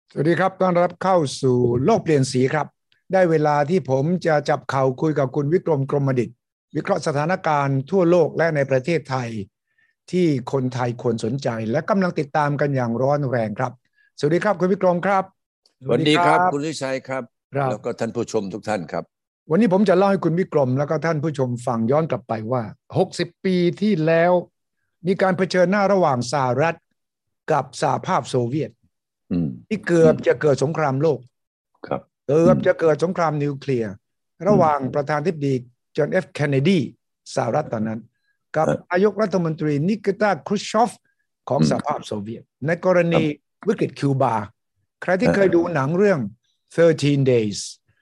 สวัสดีครับต้อนรับเข้าสู่โลกเปลี่ยนสีครับได้เวลาที่ผมจะจับเข่าคุยกับคุณวิกรมกรมดิษฐ์วิเคราะห์สถานการณ์ทั่วโลกและในประเทศไทยที่คนไทยควรสนใจและกำลังติดตามกันอย่างร้อนแรงครับสวัสดีครับคุณวิกรมครับสวัสดีครับคุณวิชัยครับครับแล้วก็ท่านผู้ชมทุกท่านครับวันนี้ผมจะเล่าให้คุณวิกรมแล้วก็ท่านผู้ชมฟังย้อนกลับไปว่า60ปีที่แล้วมีการเผชิญหน้าระหว่างสหรัฐกับสหภาพโซเวียตที่เกือบจะเกิดสงครามโลกครับเกือบจะเกิดสงครามนิวเคลียร์ระหว่างประธานาธิบดีจอห์นเอฟเคนเนดีสหรัฐตอนนั้นกับนายกรัฐมนตรีนิกิตาครุชชอฟของสหภาพโซเวียตในกรณีวิกฤตคิวบาใครที่เคยดูหนังเรื่อง13 days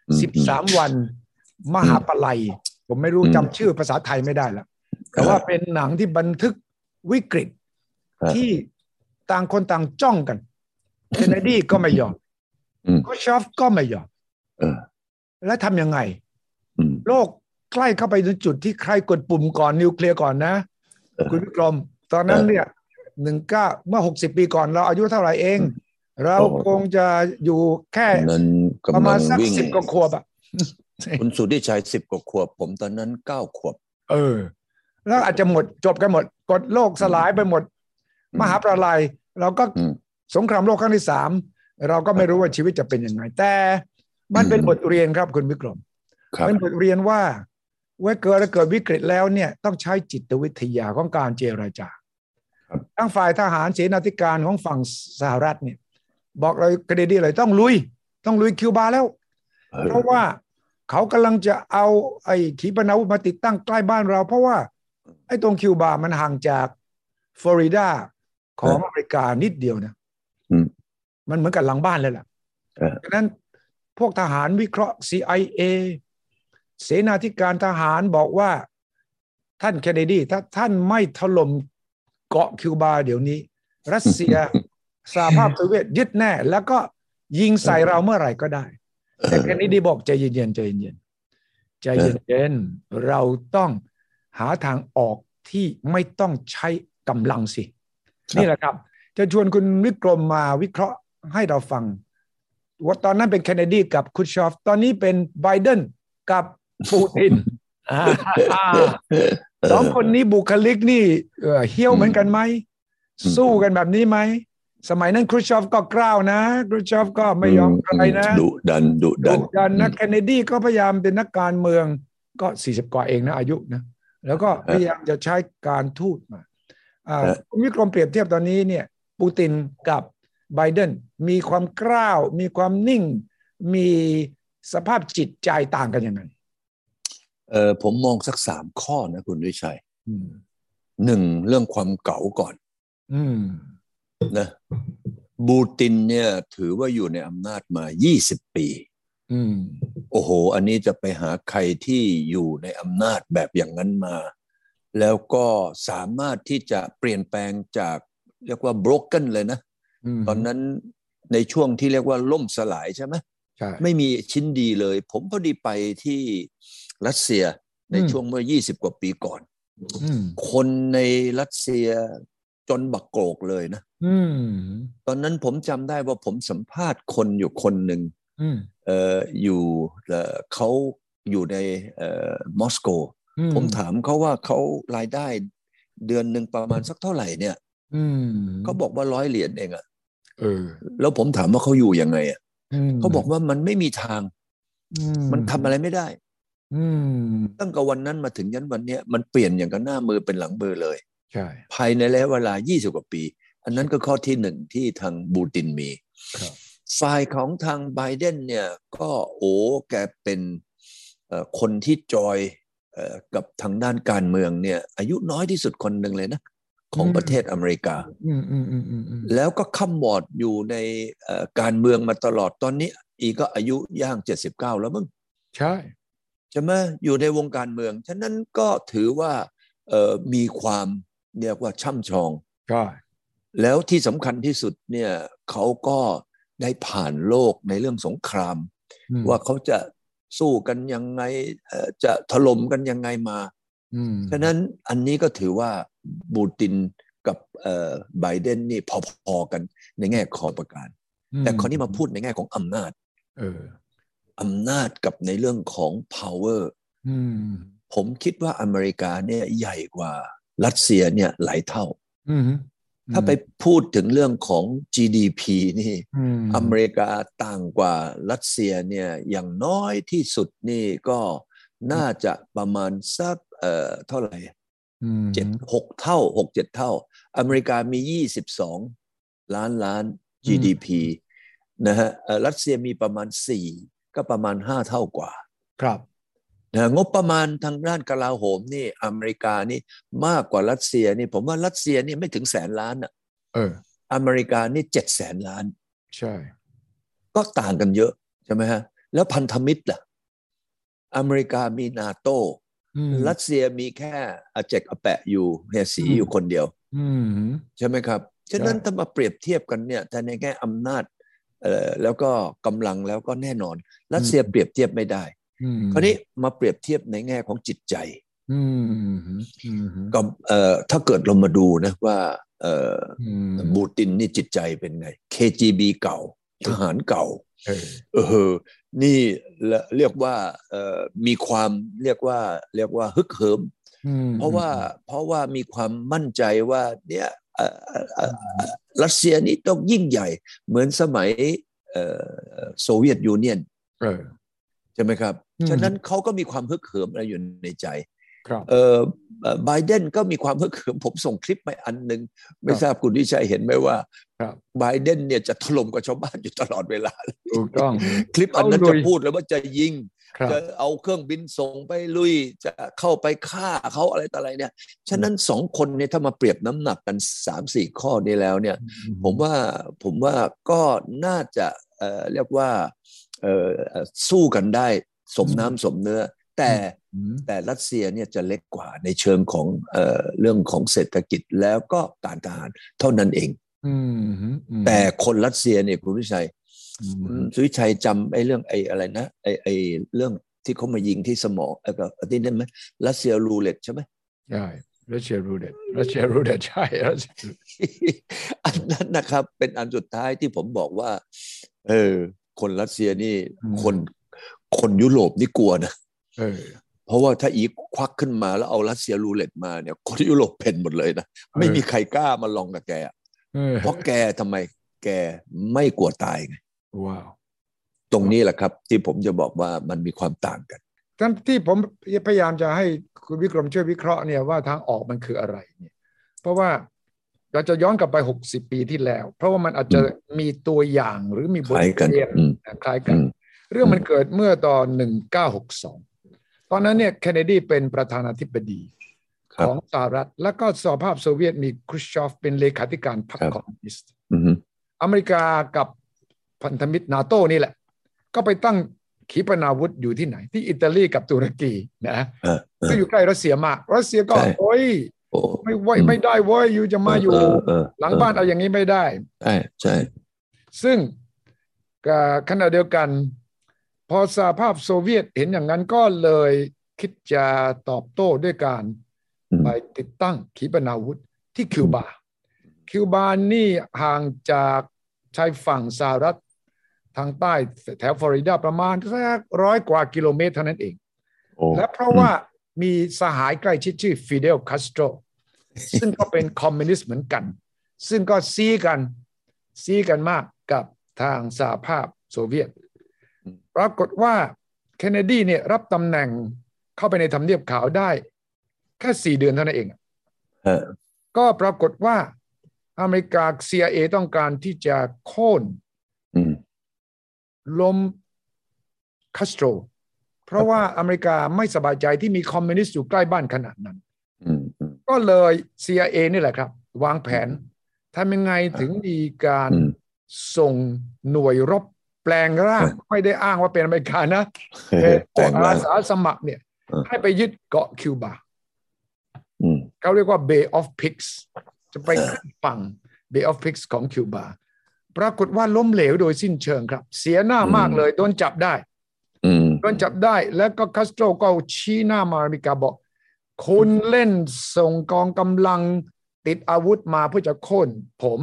13 วันมหาปลัยผมไม่รู้จำชื่อภาษาไทยไม่ได้ละแต่ว่าเป็นหนังที่บันทึกวิกฤตที่ต่างคนต่างจ้องกันเคนเนดีก็ไม่ยอมครุชชอฟก็ไม่ยอมแล้วทำยังไงโลกใกล้เข้าไปถึงจุดที่ใครกดปุ่มก่อนนิวเคลียร์ก่อนนะคุณวิกรมตอนนั้นเนี่ยเมื่อ60 ปีก่อนเราอายุเท่าไหร่เองเราคงจะอยู่แค่ประมาณสัก10 กว่าขวบอ่ะคุณสุทธิชัย10 กว่าขวบผมตอนนั้น9 ขวบแล้วอาจจะหมดจบกันหมดกดโลกสลายไปหมดมหาประลัยเราก็สงครามโลกครั้งที่3เราก็ไม่รู้ว่าชีวิตจะเป็นยังไงแต่มันเป็นบทเรียนครับคุณวิกรมเป็นบทเรียนว่าเกิดวิกฤตแล้วเนี่ยต้องใช้จิตวิทยาของการเจรจาทั้งฝ่ายทหารเสนาธิการของฝั่งสหรัฐเนี่ยบอกเลยคดีเลยต้องลุยคิวบาแล้วเพราะว่าเขากำลังจะเอาไอ้ขีปนาวุธมาติดตั้งใกล้บ้านเราเพราะว่าไอ้ตรงคิวบามันห่างจากฟลอริดาของอเมริกานิดเดียวนะมันเหมือนกับหลังบ้านเลยล่ะดังนั้นพวกทหารวิเคราะห์ CIA เสนาธิการทหารบอกว่าท่านเคนเนดีถ้าท่านไม่ถล่มเกาะคิวบาเดี๋ยวนี้รัสเซียสหภาพโซเวียตยึดแน่แล้วก็ยิงใส่เราเมื่อไหร่ก็ได้แต่เคนเนดีบอกใจเย็นเราต้องหาทางออกที่ไม่ต้องใช้กำลังสินี่แหละครับจะชวนคุณวิกรมมาวิเคราะห์ให้เราฟังว่าตอนนั้นเป็นเคนเนดีกับครุชชอฟตอนนี้เป็นไบเดนกับปูตินสองคนนี้บุคลิกนี่เหี้ยวเหมือนกันไหมสู้กันแบบนี้ไหมสมัยนั้นครุชชอฟก็กล้าวนะครุชชอฟก็ไม่ยอมใครนะดุดันนะเคนเนดีก็พยายามเป็นนักการเมืองก็40 กว่าเองนะอายุนะแล้วก็พยายามจะใช้การทูตมาคุณวิกรมเปรียบเทียบตอนนี้เนี่ยปูตินกับไบเดนมีความกล้าวมีความนิ่งมีสภาพจิตใจต่างกันยังไงผมมองสัก3 ข้อนะคุณวิชัย1เรื่องความเก๋าก่อนนะปูตินเนี่ยถือว่าอยู่ในอำนาจมา20 ปีโอ้โหอันนี้จะไปหาใครที่อยู่ในอำนาจแบบอย่างนั้นมาแล้วก็สามารถที่จะเปลี่ยนแปลงจากเรียกว่า broken เลยนะตอนนั้นในช่วงที่เรียกว่าล่มสลายใช่ไหมใช่ไม่มีชิ้นดีเลยผมพอดีไปที่รัสเซียในช่วงเมื่อ20 กว่าปีก่อนคนในรัสเซียจนบักโกรกเลยนะตอนนั้นผมจำได้ว่าผมสัมภาษณ์คนอยู่คนหนึ่งอยู่เขาอยู่ในมอสโกผมถามเขาว่าเขารายได้เดือนหนึ่งประมาณสักเท่าไหร่เนี่ยเขาบอกว่า$100เองอะแล้วผมถามว่าเขาอยู่ยังไงอะเขาบอกว่ามันไม่มีทางมันทำอะไรไม่ได้ตั้งแต่วันนั้นมาถึงยันวันนี้มันเปลี่ยนอย่างกับหน้ามือเป็นหลังมือเลยใช่ภายในระยะเวลา20 กว่าปีอันนั้นก็ข้อที่1ที่ทางปูตินมีฝ่ายของทางไบเดนเนี่ยก็แกเป็นคนที่จอยกับทางด้านการเมืองเนี่ยอายุน้อยที่สุดคนหนึ่งเลยนะของประเทศอเมริกาแล้วก็ค่ำวอดอยู่ในการเมืองมาตลอดตอนนี้อีกก็อายุย่าง79แล้วมั้งใช่ไหมอยู่ในวงการเมืองฉะนั้นก็ถือว่ามีความเรียกว่าช่ำชองแล้วที่สำคัญที่สุดเนี่ยเขาก็ได้ผ่านโลกในเรื่องสงครามว่าเขาจะสู้กันยังไงจะถล่มกันยังไงมาฉะนั้นอันนี้ก็ถือว่าปูตินกับไบเดนนี่พอๆกันในแง่ขอประการแต่คราวนี้มาพูดในแง่ของอำนาจอำนาจกับในเรื่องของ power ผมคิดว่าอเมริกาเนี่ยใหญ่กว่ารัสเซียเนี่ยหลายเท่าถ้าไปพูดถึงเรื่องของ GDP นี่อเมริกาต่างกว่ารัสเซียเนี่ยอย่างน้อยที่สุดนี่ก็น่าจะประมาณสักเท่าไหร่6 เท่า 6-7 เท่าอเมริกามี22 ล้าน GDP นะฮะรัสเซียมีประมาณ4ก็ประมาณ5 เท่ากว่าครับนะงบประมาณทางด้านกลาโหมนี่อเมริกานี่มากกว่ารัสเซียนี่ผมว่ารัสเซียนี่ไม่ถึง100,000,000,000อ่ะอเมริกานี่700,000,000,000 ใช่ก็ต่างกันเยอะใช่ไหมฮะแล้วพันธมิตรล่ะอเมริกามีนาโต้รัสเซียมีแค่อาเจกอาแปะอยู่เฮียสีอยู่คนเดียวใช่ไหมครับฉะนั้นถ้ามาเปรียบเทียบกันเนี่ยแต่ในแง่อำนาจแล้วก็กำลังแล้วก็แน่นอนรัสเซียเปรียบเทียบไม่ได้คราวนี้มาเปรียบเทียบในแง่ของจิตใจก็ถ้าเกิดเรามาดูนะว่าบูตินนี่จิตใจเป็นไง KGB เก่าทหารเก่านี่เรียกว่ามีความเรียกว่าฮึกเหิมเพราะว่ามีความมั่นใจว่าเนี่ยรัสเซียนี่ต้องยิ่งใหญ่เหมือนสมัยโซเวียตยูเนี่ยนใช่ไหมครับฉะนั้นเขาก็มีความฮึกเหิมอะไรอยู่ในใจไบเดนก็มีความฮึกเหิมผมส่งคลิปไปอันนึงไม่ทราบคุณวิชัยเห็นไหมว่าไบเดนเนี่ยจะถล่มกับชาวบ้านอยู่ตลอดเวลาถูกต้องคลิปอันนั้นจะพูดเลยว่าจะยิงจะเอาเครื่องบินส่งไปลุยจะเข้าไปฆ่าเขาอะไรต่ออะไรเนี่ยฉะนั้น2 คนเนี่ยถ้ามาเปรียบน้ำหนักกัน 3-4 ข้อนี้แล้วเนี่ยผมว่าก็น่าจะเรียกว่าสู้กันได้สมน้ำสมเนื้อแต่รัสเซียเนี่ยจะเล็กกว่าในเชิงของเรื่องของเศรษฐกิจแล้วก็การทหารเท่านั้นเองแต่คนรัสเซียเนี่ยคุณวิชัยสุวิชัยจำไอ้เรื่องไอ้อะไรนะไอ้เรื่องที่เขามายิงที่สมองก็ที่นั่นไหมรัสเซียรูเล็ตใช่ไหมใช่รัสเซียรูเล็ตใช่อันนั้นนะครับเป็นอันสุดท้ายที่ผมบอกว่าคนรัสเซียนี่คนยุโรปนี่กลัวนะเพราะว่าถ้าอีกควักขึ้นมาแล้วเอารัสเซียรูเล็ตมาเนี่ยคนยุโรปเพ่นหมดเลยนะไม่มีใครกล้ามาลองกับแกเพราะแกทำไมแกไม่กลัวตายไงว้าวตรงนี้แหละครับที่ผมจะบอกว่ามันมีความต่างกันทั้งที่ผมพยายามจะให้คุณวิกรมช่วยวิเคราะห์เนี่ยว่าทางออกมันคืออะไรเนี่ยเพราะว่าเราจะย้อนกลับไป60 ปีที่แล้วเพราะว่ามันอาจจะมีตัวอย่างหรือมีบทเรียนคล้ายกันเรื่องมันเกิดเมื่อตอน1962ตอนนั้นเนี่ยเคนเนดีเป็นประธานาธิบดีของสหรัฐแล้วก็สหภาพโซเวียตมีครูชชอฟเป็นเลขาธิการพรรคคอมมิวนิสต์อเมริกากับพันธมิตรนาโต้นี่แหละก็ไปตั้งขีปนาวุธอยู่ที่ไหนที่อิตาลีกับตุรกีนะก็อยู่ใกล้รัสเซียมากรัสเซียก็โอ้ยไม่ได้เว้ยอยู่จะมาอยู่หลังบ้านเอาอย่างนี้ไม่ได้ใช่ซึ่งขณะเดียวกันพอสหภาพโซเวียตเห็นอย่างนั้นก็เลยคิดจะตอบโต้ด้วยการไปติดตั้งขีปนาวุธที่คิวบานี่ห่างจากชายฝั่งสหรัฐทางใต้แถวฟลอริดาประมาณสัก100 กว่ากิโลเมตรเท่านั้นเองและเพราะว่ามีสหายใกล้ชิดชื่อฟิเดลคาสโตรซึ่งก็เป็นคอมมิวนิสต์เหมือนกันซึ่งก็ซี้กันมากกับทางสหภาพโซเวียตปรากฏว่าเคนเนดีเนี่ยรับตำแหน่งเข้าไปในทำเนียบขาวได้แค่4 เดือนเท่านั้นเองก็ปรากฏว่าอเมริกา CIA ต้องการที่จะโค่นล้มคาสโตรเพราะว่าอเมริกาไม่สบายใจที่มีคอมมิวนิสต์อยู่ใกล้บ้านขนาดนั้นก็เลย CIA นี่แหละครับวางแผนทำยังไงถึงมีการส่งหน่วยรบแปลงร่างไม่ได้อ้างว่าเป็นอเมริกานะเป็นอาสาสมัครเนี่ยให้ไปยึดเกาะคิวบาเขาเรียกว่า Bay of Pigs จะไปขึ้นฝั่ง Bay of Pigs ของคิวบาปรากฏว่าล้มเหลวโดยสิ้นเชิงครับเสียหน้ามากเลยโดนจับได้แล้วก็คาสโตรก็ชี้หน้ามาอเมริกาบอกคุณเล่นส่งกองกำลังติดอาวุธมาเพื่อจะโค่นผม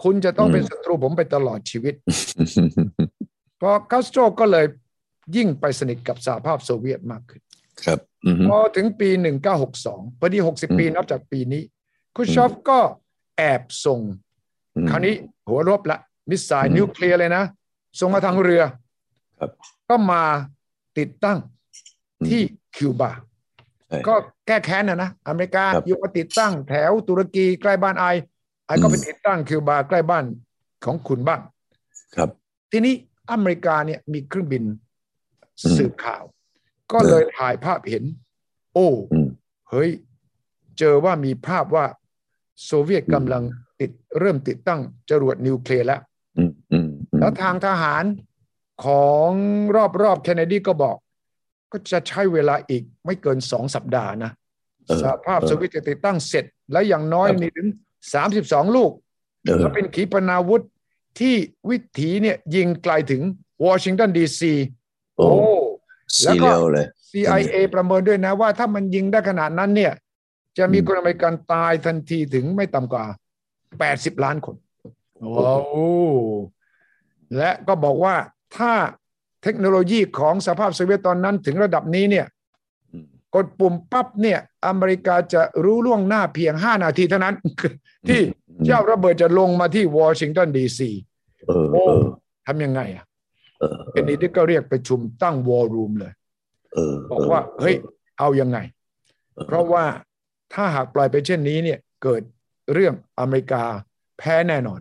คุณจะต้องเป็นศัตรูผมไปตลอดชีวิตเพราะคาสโตรก็เลยยิ่งไปสนิทกับสหภาพโซเวียตมากขึ้นครับพอถึงปี1962พอดี60 ปีนับจากปีนี้ครูชชอฟก็แอบส่งคราวนี้หัวรบละมิสไซล์นิวเคลียร์เลยนะส่งมาทางเรือก็มาติดตั้งที่คิวบาก็แก้แค้นนะอเมริกาอยู่มาติดตั้งแถวตุรกีใกล้บ้านไอก็ไปติดตั้งคิวบาใกล้บ้านของคุณบ้างครับทีนี้อเมริกาเนี่ยมีเครื่องบินสืบข่าวก็เลยถ่ายภาพเห็นโอ้เฮ้ยเจอว่ามีภาพว่าโซเวียตกำลังเริ่มติดตั้งจรวดนิวเคลียร์แล้วแล้วทางทหารของรอบเคนเนดีก็บอกก็จะใช้เวลาอีกไม่เกิน2 สัปดาห์นะสหภาพโซเวียตจะติดตั้งเสร็จและอย่างน้อยมีถึง32 ลูกและเป็นขีปนาวุธที่วิถีเนี่ยยิงไกลถึงวอชิงตันดีซีโอ้แล้วก็ CIA ประเมินด้วยนะว่าถ้ามันยิงได้ขนาดนั้นเนี่ยจะมีคนอเมริกันตายทันทีถึงไม่ต่ำกว่า80 ล้านคนว้าวและก็บอกว่าถ้าเทคโนโลยีของสหภาพโซเวียตตอนนั้นถึงระดับนี้เนี่ยกดปุ่มปั๊บเนี่ยอเมริกาจะรู้ล่วงหน้าเพียง5 นาทีเท่านั้นที่เจ้าระเบิดจะลงมาที่วอชิงตันดีซีโอ้ทำยังไงอ่ะเคนเนดีก็เรียกประชุมตั้งวอลลุ่มเลยบอกว่าเฮ้ยเอายังไงเพราะว่าถ้าหากปล่อยไปเช่นนี้เนี่ยเกิดเรื่องอเมริกาแพ้แน่นอน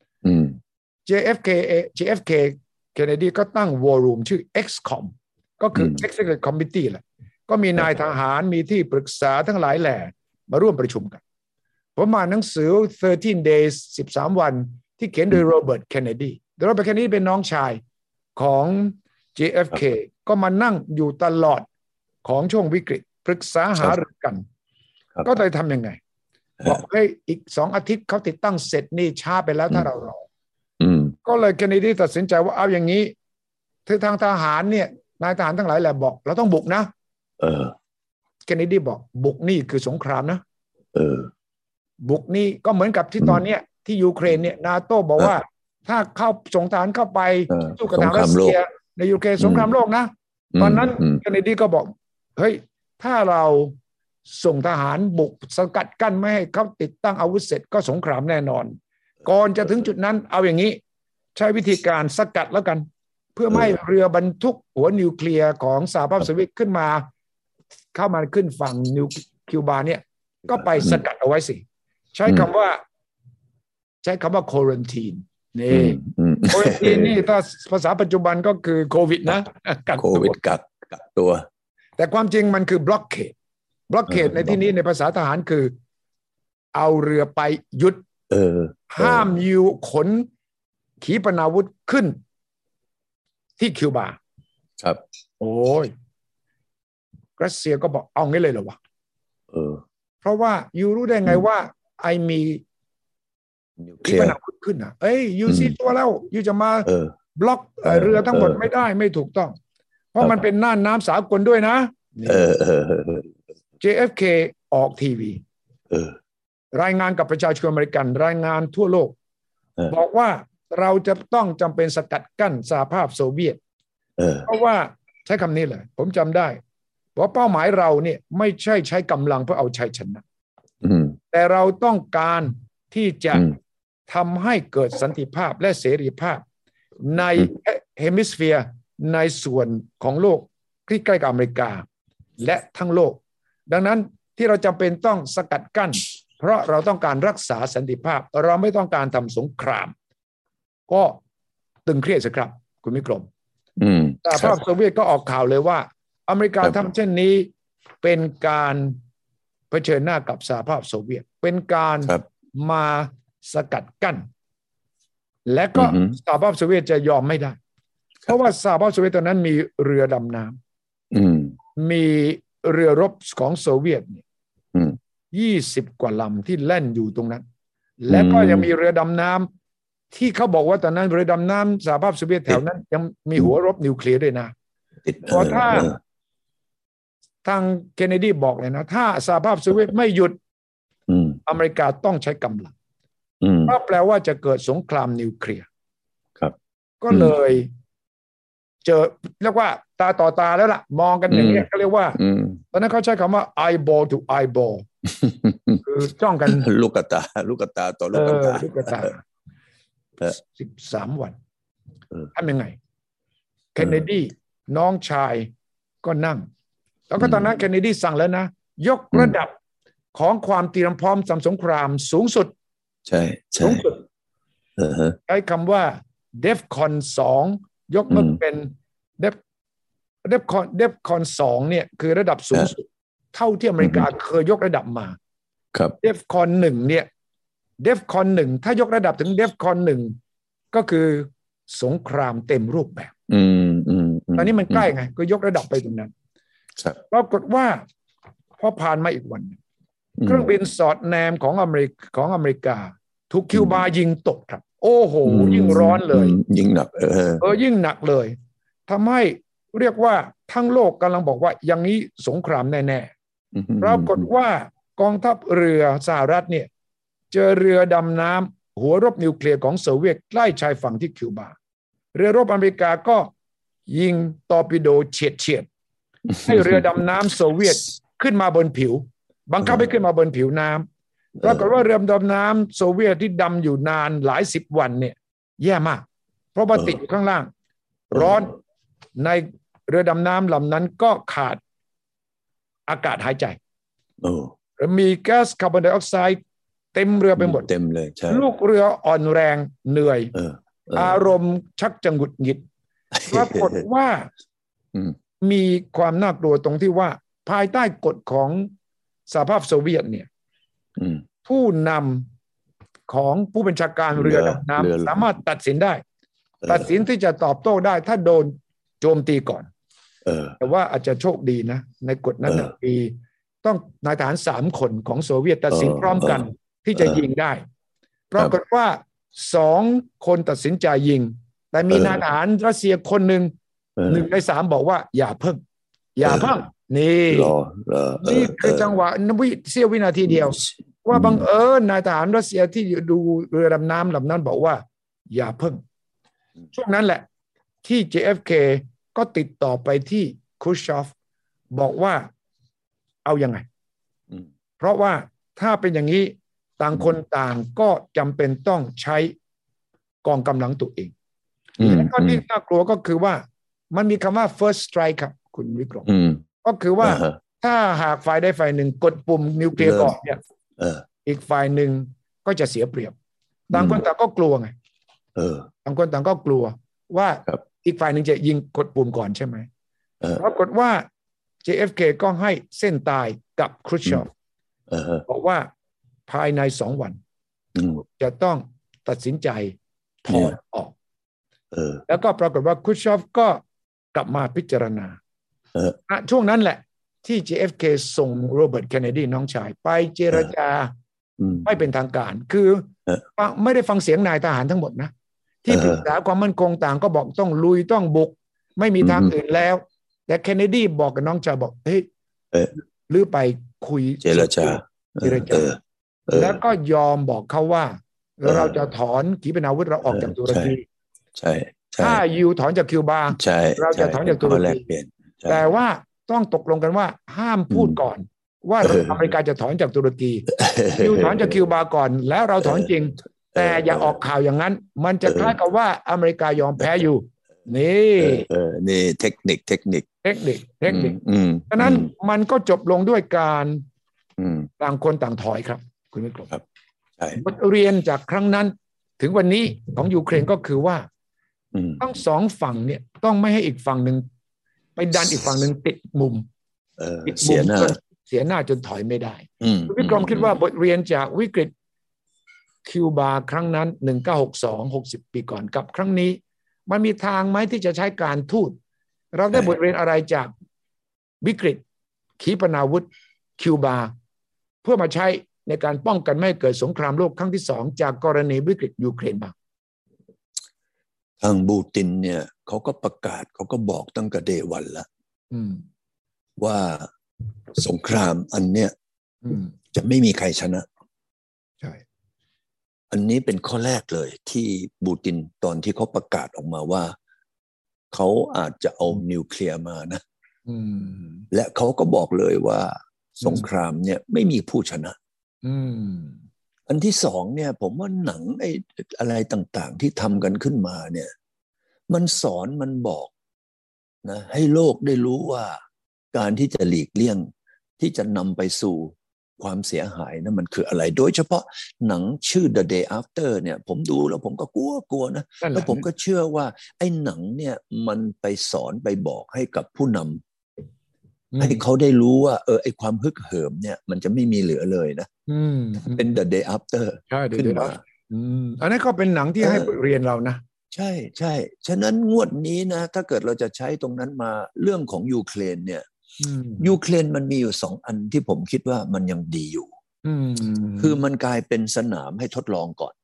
JFK Kennedy ก็ตั้งวอลลุ่มชื่อ XCOM ก็คือ Executive Committee แหละก็มีนายทหารมีที่ปรึกษาทั้งหลายแหล่มาร่วมประชุมกันผมมาหนังสือ13 days 13 วันที่เขียนโดยโรเบิร์ตเคนเนดีโรเบิร์ตเคนเนดีเป็นน้องชายของ JFK ก็มานั่งอยู่ตลอดของช่วงวิกฤตปรึกษาหารือกันก็เลยทำยังไงบอกเฮ้ยอีก2 อาทิตย์เขาติดตั้งเสร็จนี่ช้าไปแล้วถ้าเรารอก็เลยเคนเนดีตัดสินใจว่าเอาอย่างนี้คือทางทหารเนี่ยนายทหารทั้งหลายแหละบอกเราต้องบุกนะเคนเนดีบอกบุกนี่คือสงครามนะบุกนี่ก็เหมือนกับที่ตอนเนี้ยที่ยูเครนเนี่ยนาโต้บอกว่าถ้าเข้าส่งทหารเข้าไปสู้กับทางรัสเซียในยูเครนสงครามโลกนะตอนนั้นเคนเนดีก็บอกเฮ้ยถ้าเราส่งทหารบุกสกัดกั้นไม่ให้เขาติดตั้งอาวุธเสร็จก็สงครามแน่นอนก่อนจะถึงจุดนั้นเอาอย่างนี้ใช้วิธีการสกัดแล้วกันเพื่อไม่ให้เรือบรรทุกหัวนิวเคลียร์ของสหภาพโซเวียตขึ้นมาเข้ามาขึ้นฝั่งนิวคิวบาเนี่ยก็ไปสกัดเอาไว้สิใช้คำว่าควอรันทีนนี่ควอรันทีนนี่ถ้าภาษาปัจจุบันก็คือโควิดนะโควิดกักตัวแต่ความจริงมันคือบล็อกเคดในที่นี้ในภาษาทหารคือเอาเรือไปหยุดห้ามยิวขนขีปนาวุธขึ้นที่คิวบาครับโอ้ยรัสเซียก็บอกเอางี้เลยเหรอวะเพราะว่ายูรู้ได้ไงว่าไอมีขีปนาวุธขึ้นอ่ะเอ้ยยูซีตัวแล้วยูจะมาบล็อกเรือทั้งหมดไม่ได้ไม่ถูกต้องเพราะมันเป็นน่านน้ำสากลด้วยนะJFK ออกทีวีรายงานกับประชาชนอเมริกันรายงานทั่วโลกบอกว่าเราจะต้องจำเป็นสกัดกั้นสหภาพโซเวียตเพราะว่าใช้คำนี้เลยผมจำได้ว่าเป้าหมายเราเนี่ยไม่ใช่ใช้กำลังเพื่อเอาชัยชนะแต่เราต้องการที่จะทำให้เกิดสันติภาพและเสรีภาพในเฮมิสเฟียร์ในส่วนของโลกที่ใกล้กับอเมริกาและทั้งโลกดังนั้นที่เราจำเป็นต้องสกัดกั้นเพราะเราต้องการรักษาสันติภาพเราไม่ต้องการทำสงครามก็ตึงเครียดสิครับคุณมิกรมสหภาพโซเวียตก็ออกข่าวเลยว่าอเมริกาทำเช่นนี้เป็นการเผชิญหน้ากับสหภาพโซเวียตเป็นการมาสกัดกั้นและก็สหภาพโซเวียตจะยอมไม่ได้เพราะว่าสหภาพโซเวียตตอนนั้นมีเรือดำน้ำมีเรือรบของโซเวียตเนี่ย20 กว่าลำที่แล่นอยู่ตรงนั้นและก็ยังมีเรือดำน้ำที่เขาบอกว่าตอนนั้นเรือดำน้ำสหภาพโซเวียตแถวนั้นยังมีหัวรบนิวเคลียร์ด้วยนะเพราะถ้าทางเคนเนดีบอกเลยนะถ้าสหภาพโซเวียตไม่หยุดอเมริกาต้องใช้กำลังก็แปลว่าจะเกิดสงครามนิวเคลียร์ครับก็เลยเจอเรียกว่าตาต่อตาแล้วล่ะมองกันอย่างนี้ก็เรียกว่าตอนนั้นเขาใช้คำว่า eyeball to eyeball คือจ้องกันลูกกระตาต่อลูกกระตา 13 วันทำยังไงเคนเนดีน้องชายก็นั่งแล้วก็ตอนนั้นเคนเนดีสั่งแล้วนะยกระดับของความเตรียมพร้อมสำหรับสงครามสูงสุดใช่สูงสุดใช้คำว่า DEFCON 2 ยกมาเป็น DEFCON 2เนี่ยคือระดับสูงสุดเท่าที่อเมริกาเคยยกระดับมาครับ DEFCON 1เนี่ย DEFCON 1ถ้ายกระดับถึง DEFCON 1ก็คือสงครามเต็มรูปแบบตอนนี้มันใกล้ไงก็ยกระดับไปตรงนั้นปรากฏว่าพอผ่านมาอีกวันเครื่องบินสอดแนมของอเมริกาถูกคิวบายิงตกครับโอ้โหยิ่งร้อนเลยยิ่งหนักยิ่งหนักเลยทำให้เรียกว่าทั้งโลกกำลังบอกว่าอย่างนี้สงครามแน่ๆปรากฏว่ากองทัพเรือสหรัฐเนี่ยเจอเรือดำน้ำหัวรบนิวเคลียร์ของโซเวียตใกล้ชายฝั่งที่คิวบาเรือรบอเมริกาก็ยิงตอร์ปิโดเฉียดให้เรือดำน้ำโซเวียตขึ้นมาบนผิวบังคับให้ขึ้นมาบนผิวน้ำปรากฏว่าเรือดำน้ำโซเวียตที่ดำอยู่นานหลาย10 วันเนี่ยแย่มากเพราะว่าติดอยู่ข้างล่างร้อนในเรือดำน้ำลำนั้นก็ขาดอากาศหายใจมีแก๊สคาร์บอนไดออกไซด์เต็มเรือไปหมดเต็มเลยลูกเรืออ่อนแรงเหนื่อยอารมณ์ชักจะหงุดหงิดปรากฏว่ามีความน่ากลัวตรงที่ว่าภายใต้กฎของสหภาพโซเวียตเนี่ยผู้นำของผู้บัญชาการเรือดำน้ำสามารถตัดสินได้ตัดสินที่จะตอบโต้ได้ถ้าโดนโจมตีก่อนแต่ว่าอาจจะโชคดีนะในกฎนั้นมีต้องนายทหาร3 คนของโซเวียตตัดสินพร้อมกันที่จะยิงได้ปรากฏว่า2 คนตัดสินใจยิงแต่มีนายทหารรัสเซียคนหนึ่ง1 ใน 3บอกว่าอย่าเพิ่งนี่คือจังหวะเสี้ยววินาทีเดียวว่าบังเอิญนายทหารรัสเซียที่ดูเรือดำน้ำลำนั้นบอกว่าอย่าเพิ่งช่วงนั้นแหละที่ JFK ก็ติดต่อไปที่ครูชชอฟบอกว่าเอายังไงเพราะว่าถ้าเป็นอย่างนี้ต่างคนต่างก็จำเป็นต้องใช้กองกำลังตัวเองและก็ที่น่ากลัวก็คือว่ามันมีคำว่า first strike ครับคุณวิกรมก็คือว่าถ้าหากฝ่ายใดฝ่ายหนึ่งกดปุ่มนิวเคลียร์ก่อนเนี่ยอีกฝ่ายหนึ่งก็จะเสียเปรียบต่างคนต่างก็กลัวไงต่างคนต่างก็กลัวว่าอีกฝ่ายหนึ่งจะยิงกดปุ่มก่อนใช่ไหมปรากฏว่า JFK ก็ให้เส้นตายกับครูชชอฟบอกว่าภายใน2 วันจะต้องตัดสินใจถอนออกแล้วก็ปรากฏว่าครูชชอฟก็กลับมาพิจารณาช่วงนั้นแหละที่ JFK ส่งโรเบิร์ตเคนเนดีน้องชายไปเจรจาไม่เป็นทางการคือไม่ได้ฟังเสียงนายทหารทั้งหมดนะที่ปรึกษาความมั่นคงต่างก็บอกต้องลุยต้องบุกไม่มีทางอื่นแล้วแต่เคนเนดีบอกกับน้องชายบอกเฮ้ยหรือไปคุยเจรจาแล้วก็ยอมบอกเขาว่าเราจะถอนขีปนาวุธเราออกจากตุรกีถ้ายูถอนจากคิวบาเราจะถอนจากตุรกีแต่ว่าต้องตกลงกันว่าห้ามพูดก่อนว่าอเมริกาจะถอนจากตุรกียูถอนจากคิวบาก่อนแล้วเราถอนจริงแต่อย่าออกข่าวอย่างนั้นมันจะคล้ายกับว่าอเมริกายอมแพ้อยู่นี่เทคนิคฉะนั้นมันก็จบลงด้วยการต่างคนต่างถอยครับคุณวิกรมบทเรียนจากครั้งนั้นถึงวันนี้ของยูเครนก็คือว่าทั้ง2 ฝั่งเนี่ยต้องไม่ให้อีกฝั่งหนึ่งไปดันอีกฝั่งหนึ่งติดมุมเสียหน้าจนถอยไม่ได้คุณวิกรมคิดว่าบทเรียนจากวิกฤตคิวบาครั้งนั้น1962 60 ปีก่อนกับครั้งนี้มันมีทางไหมที่จะใช้การทูตเราได้บทเรียนอะไรจากวิกฤตขีปนาวุธคิวบาเพื่อมาใช้ในการป้องกันไม่ให้เกิดสงครามโลกครั้งที่2จากกรณีวิกฤตยูเครนบ้างทางบูตินเนี่ยเขาก็ประกาศเขาก็บอกตั้งแต่เดวันละว่าสงครามอันเนี้ยจะไม่มีใครชนะใช่อันนี้เป็นข้อแรกเลยที่ปูตินตอนที่เขาประกาศออกมาว่าเขาอาจจะเอานิวเคลียร์มานะและเขาก็บอกเลยว่าสงครามเนี่ยไม่มีผู้ชนะอันที่สองเนี่ยผมว่าหนังไอ้อะไรต่างๆที่ทำกันขึ้นมาเนี่ยมันสอนมันบอกนะให้โลกได้รู้ว่าการที่จะหลีกเลี่ยงที่จะนำไปสู่ความเสียหายนะมันคืออะไรโดยเฉพาะหนังชื่อ The Day After เนี่ยผมดูแล้วผมก็กลัวนะแล้วผมก็เชื่อว่าไอ้หนังเนี่ยมันไปสอนไปบอกให้กับผู้นำให้เขาได้รู้ว่าไอ้ความฮึกเหิมเนี่ยมันจะไม่มีเหลือเลยนะเป็น The Day After ขึ้นมาอันนั้นก็เป็นหนังที่ให้เรียนเรานะใช่ฉะนั้นงวดนี้นะถ้าเกิดเราจะใช้ตรงนั้นมาเรื่องของยูเครนเนี่ยยูเครนมันมีอยู่สองอันที่ผมคิดว่ามันยังดีอยู่คือมันกลายเป็นสนามให้ทดลองก่อน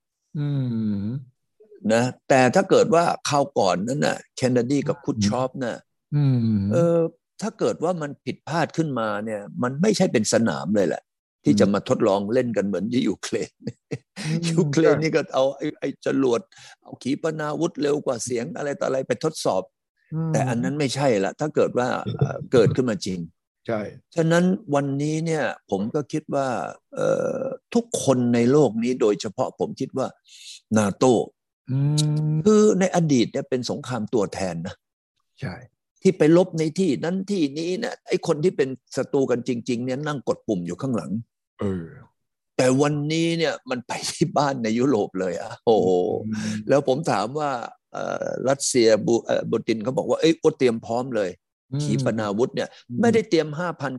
นะแต่ถ้าเกิดว่าคราวก่อนนั้นน่ะเคนเนดีกับคุชชอปน่ะถ้าเกิดว่ามันผิดพลาดขึ้นมาเนี่ยมันไม่ใช่เป็นสนามเลยแหละที่จะมาทดลองเล่นกันเหมือนที่ยูเครนนี่ก็เอาไอ้จรวดเอาขีปนาวุธเร็วกว่าเสียงอะไรต่ออะไรไปทดสอบแต่อันนั้นไม่ใช่ละถ้าเกิดว่าเกิดขึ้นมาจริงใช่ฉะนั้นวันนี้เนี่ยผมก็คิดว่าทุกคนในโลกนี้โดยเฉพาะผมคิดว่านาโต้คือในอดีตเนี่ยเป็นสงครามตัวแทนนะใช่ที่ไปลบในที่นั้นที่นี้นะไอ้คนที่เป็นศัตรูกันจริงๆเนี่ยนั่งกดปุ่มอยู่ข้างหลังแต่วันนี้เนี่ยมันไปที่บ้านในยุโรปเลยโอ้โหแล้วผมถามว่ารัสเซียบูตินเขาบอกว่าก็เตรียมพร้อมเลยขีปนาวุธเนี่ยไม่ได้เตรียม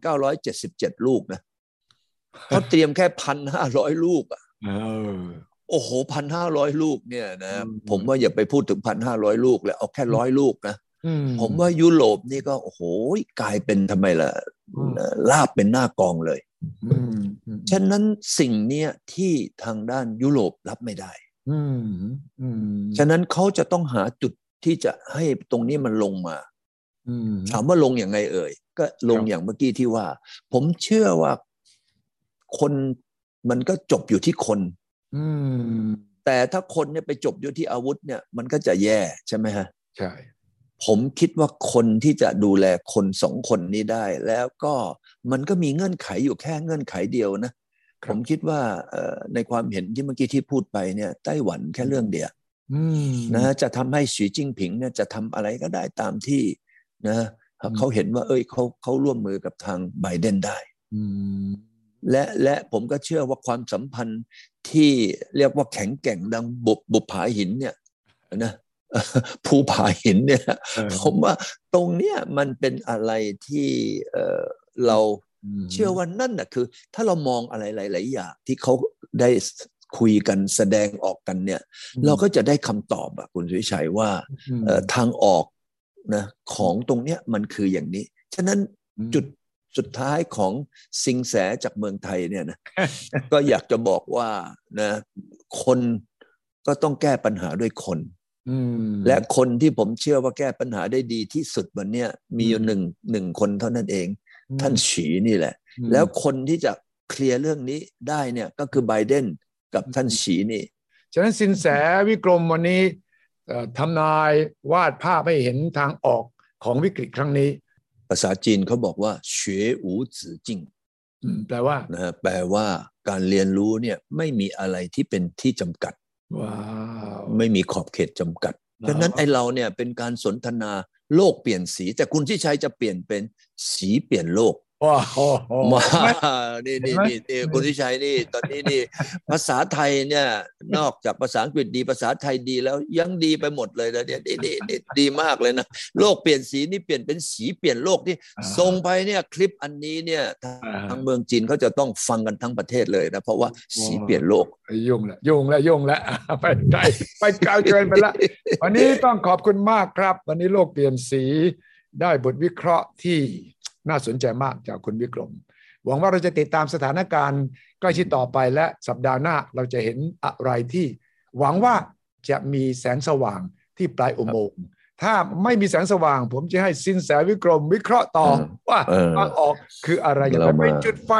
5,977 ลูกนะเขาเตรียมแค่ 1,500 ลูกโอ้โห 1,500 ลูกเนี่ยนะผมว่าอย่าไปพูดถึง 1,500 ลูกเลยเอาแค่100 ลูกนะผมว่ายุโรปนี่ก็โอ้โหกลายเป็นทำไมล่ะลาบเป็นหน้ากองเลยฉะนั้นสิ่งนี้ที่ทางด้านยุโรปรับไม่ได้ฉะนั้นเขาจะต้องหาจุดที่จะให้ตรงนี้มันลงมาถามว่าลงอย่างไงก็ลงอย่างเมื่อกี้ที่ว่าผมเชื่อว่าคนมันก็จบอยู่ที่คนแต่ถ้าคนเนี่ยไปจบอยู่ที่อาวุธเนี่ยมันก็จะแย่ใช่ไหมฮะใช่ผมคิดว่าคนที่จะดูแลคนสองคนนี้ได้แล้วก็มันก็มีเงื่อนไขอยู่แค่เงื่อนไขเดียวนะผมคิดว่าในความเห็นที่เมื่อกี้ที่พูดไปเนี่ยไต้หวันแค่เรื่องเดียวนะจะทำให้สีจิ้งผิงเนี่ยจะทำอะไรก็ได้ตามที่นะเขาเห็นว่าเขาร่วมมือกับทางไบเดนได้และผมก็เชื่อว่าความสัมพันธ์ที่เรียกว่าแข็งแกร่งดังบุปผาหินเนี่ยนะภูผาหินเนี่ยผมว่าตรงเนี้ยมันเป็นอะไรที่เราเชื่อว่านั่นน่ะคือถ้าเรามองอะไรหลายๆอย่างที่เขาได้คุยกันแสดงออกกันเนี่ยเราก็จะได้คำตอบคุณสุวิชัยว่าทางออกนะของตรงเนี้ยมันคืออย่างนี้ฉะนั้นจุดสุดท้ายของสิงแสจากเมืองไทยเนี่ยนะ ก็อยากจะบอกว่านะคนก็ต้องแก้ปัญหาด้วยคนและคนที่ผมเชื่อว่าแก้ปัญหาได้ดีที่สุดวันนี้มีอยู่หนึ่งคนเท่านั้นเองท่านฉีนี่แหละแล้วคนที่จะเคลียร์เรื่องนี้ได้เนี่ยก็คือไบเดนกับท่านฉีนี่ฉะนั้นสินแสวิกรมวันนี้ทำนายวาดภาพให้เห็นทางออกของวิกฤตครั้งนี้ภาษาจีนเขาบอกว่า学无止境แปลว่านะแปลว่าการเรียนรู้เนี่ยไม่มีอะไรที่เป็นที่จำกัดไม่มีขอบเขตจำกัดฉะนั้นไอเราเนี่ยเป็นการสนทนาโลกเปลี่ยนสีแต่คุณที่ชัยจะเปลี่ยนเป็นสีเปลี่ยนโลกมานี่คุณที่ชัยนี่ตอนนี้นี่ภาษาไทยเนี่ยนอกจากภาษาอังกฤษดีภาษาไทยดีแล้วยังดีไปหมดเลยนะเนี่ยนี่ดีมากเลยนะโลกเปลี่ยนสีนี่เปลี่ยนเป็นสีเปลี่ยนโลกที่ส่งไปเนี่ยคลิปอันนี้เนี่ยทางเมืองจีนเขาจะต้องฟังกันทั้งประเทศเลยนะเพราะว่าสีเปลี่ยนโลกยุ่งแล้วไปไกลเกินไปละวันนี้ต้องขอบคุณมากครับวันนี้โลกเปลี่ยนสีได้บทวิเคราะห์ที่น่าสนใจมากจากคุณวิกรมหวังว่าเราจะติดตามสถานการณ์ใกล้ชิดต่อไปและสัปดาห์หน้าเราจะเห็นอะไรที่หวังว่าจะมีแสงสว่างที่ปลายอุโมงค์ถ้าไม่มีแสงสว่างผมจะให้สินแสวิกรมวิเคราะห์ต่อว่าทางออกคืออะไรอย่างไรเป็นจุดไฟ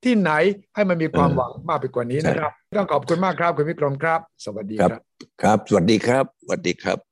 ที่ไหนให้มันมีความหวังมากไปกว่านี้นะครับต้องขอบคุณมากครับคุณวิกรมครับสวัสดีครับครับสวัสดีครับสวัสดีครับ